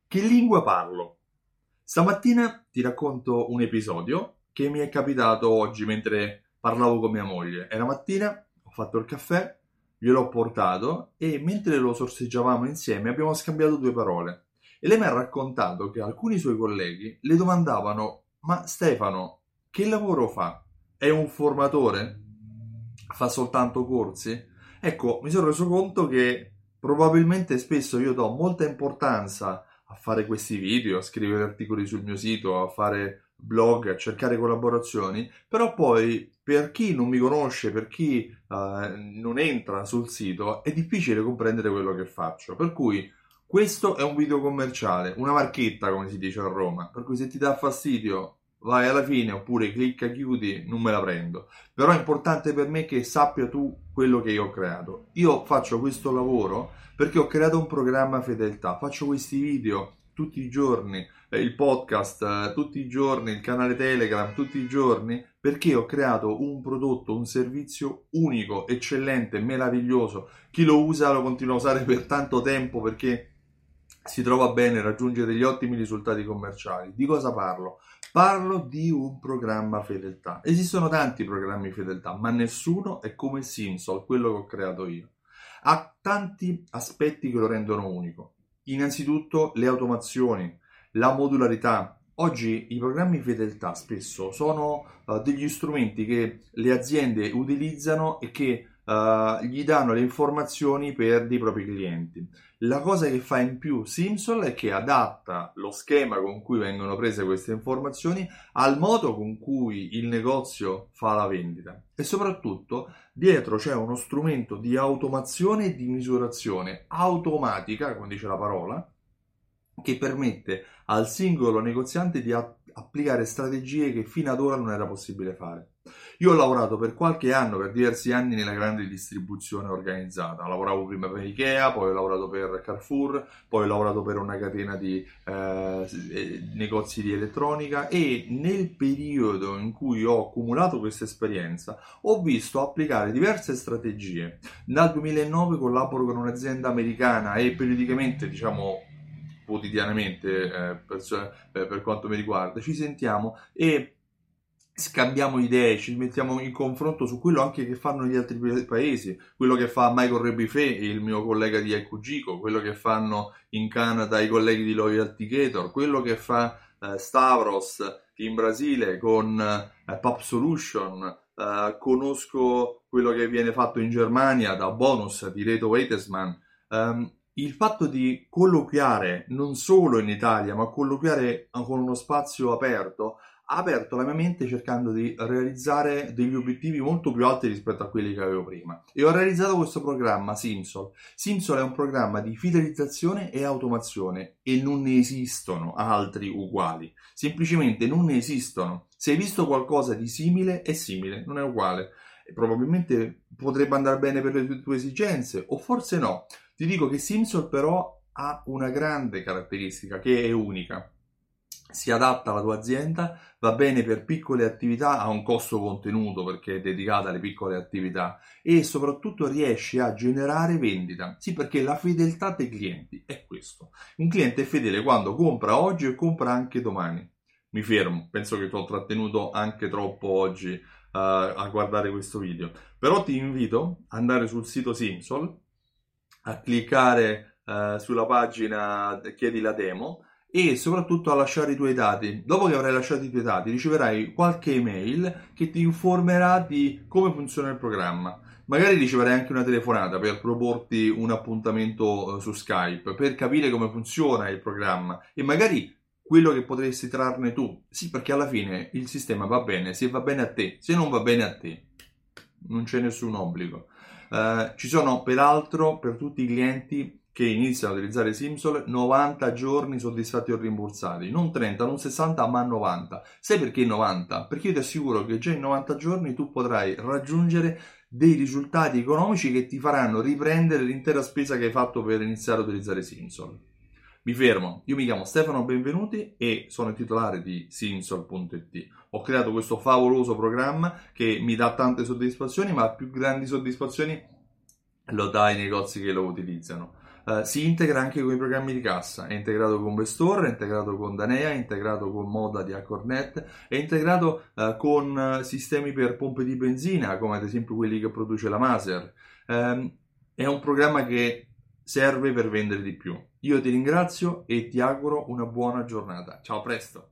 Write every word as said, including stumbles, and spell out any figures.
Che lingua parlo? Stamattina ti racconto un episodio che mi è capitato oggi mentre parlavo con mia moglie. Era mattina, ho fatto il caffè, gliel'ho portato e mentre lo sorseggiavamo insieme abbiamo scambiato due parole. E lei mi ha raccontato che alcuni suoi colleghi le domandavano: ma Stefano, che lavoro fa? È un formatore? Fa soltanto corsi? Ecco, mi sono reso conto che probabilmente spesso io do molta importanza a fare questi video, a scrivere articoli sul mio sito, a fare blog, a cercare collaborazioni, però poi per chi non mi conosce, per chi eh, non entra sul sito, è difficile comprendere quello che faccio. Per cui questo è un video commerciale, una marchetta come si dice a Roma, per cui se ti dà fastidio vai alla fine oppure clicca chiudi, non me la prendo. Però è importante per me che sappia tu quello che io ho creato. Io faccio questo lavoro perché ho creato un programma fedeltà, faccio questi video tutti i giorni, eh, il podcast eh, tutti i giorni, il canale Telegram tutti i giorni, perché ho creato un prodotto, un servizio unico, eccellente, meraviglioso. Chi lo usa lo continua a usare per tanto tempo perché si trova bene, raggiunge degli ottimi risultati commerciali. Di cosa parlo? Parlo di un programma fedeltà. Esistono tanti programmi fedeltà, ma nessuno è come Simsol, quello che ho creato io. Ha tanti aspetti che lo rendono unico. Innanzitutto le automazioni, la modularità. Oggi i programmi fedeltà spesso sono uh, degli strumenti che le aziende utilizzano e che uh, gli danno le informazioni per dei propri clienti. La cosa che fa in più Simsol è che adatta lo schema con cui vengono prese queste informazioni al modo con cui il negozio fa la vendita e soprattutto dietro c'è uno strumento di automazione e di misurazione automatica, come dice la parola, che permette al singolo negoziante di a- applicare strategie che fino ad ora non era possibile fare. Io ho lavorato per qualche anno, per diversi anni, nella grande distribuzione organizzata. Lavoravo prima per Ikea, poi ho lavorato per Carrefour, poi ho lavorato per una catena di eh, negozi di elettronica e nel periodo in cui ho accumulato questa esperienza ho visto applicare diverse strategie. Dal duemilanove collaboro con un'azienda americana e periodicamente, diciamo, quotidianamente eh, per, eh, per quanto mi riguarda, ci sentiamo e scambiamo idee, ci mettiamo in confronto su quello anche che fanno gli altri paesi, quello che fa Michael Rebifé, il mio collega di Eccogico, quello che fanno in Canada i colleghi di Loyaltygator, quello che fa eh, Stavros in Brasile con eh, Pub Solution, eh, conosco quello che viene fatto in Germania da Bonus di Reto Weitesman. Um, il fatto di colloquiare non solo in Italia, ma colloquiare con uno spazio aperto, ha aperto la mia mente cercando di realizzare degli obiettivi molto più alti rispetto a quelli che avevo prima. E ho realizzato questo programma, Simsol. Simsol è un programma di fidelizzazione e automazione e non ne esistono altri uguali. Semplicemente non ne esistono. Se hai visto qualcosa di simile, è simile, non è uguale. E probabilmente potrebbe andare bene per le tue, tue esigenze, o forse no. Ti dico che Simsol però ha una grande caratteristica che è unica. Si adatta alla tua azienda, va bene per piccole attività, ha un costo contenuto perché è dedicata alle piccole attività e soprattutto riesce a generare vendita. Sì, perché la fedeltà dei clienti è questo. Un cliente è fedele quando compra oggi e compra anche domani. Mi fermo, penso che ti ho trattenuto anche troppo oggi uh, a guardare questo video. Però ti invito ad andare sul sito Simsol, a cliccare uh, sulla pagina Chiedi la demo e soprattutto a lasciare i tuoi dati. Dopo che avrai lasciato i tuoi dati riceverai qualche email che ti informerà di come funziona il programma. Magari riceverai anche una telefonata per proporti un appuntamento uh, su Skype, per capire come funziona il programma e magari quello che potresti trarne tu. Sì, perché alla fine il sistema va bene se va bene a te, se non va bene a te non c'è nessun obbligo. Uh, ci sono peraltro per tutti i clienti che iniziano a utilizzare Simsol novanta giorni soddisfatti o rimborsati, non trenta, non sessanta, ma novanta. Sai perché novanta? Perché io ti assicuro che già in novanta giorni tu potrai raggiungere dei risultati economici che ti faranno riprendere l'intera spesa che hai fatto per iniziare a utilizzare Simsol. Mi fermo, io mi chiamo Stefano Benvenuti e sono il titolare di Simsol punto it. Ho creato questo favoloso programma che mi dà tante soddisfazioni, ma più grandi soddisfazioni lo dà ai negozi che lo utilizzano. Uh, si integra anche con i programmi di cassa, è integrato con Bestore, è integrato con Danea, è integrato con Moda di Acornet, è integrato uh, con uh, sistemi per pompe di benzina, come ad esempio quelli che produce la Maser. Um, è un programma che serve per vendere di più. Io ti ringrazio e ti auguro una buona giornata. Ciao, a presto!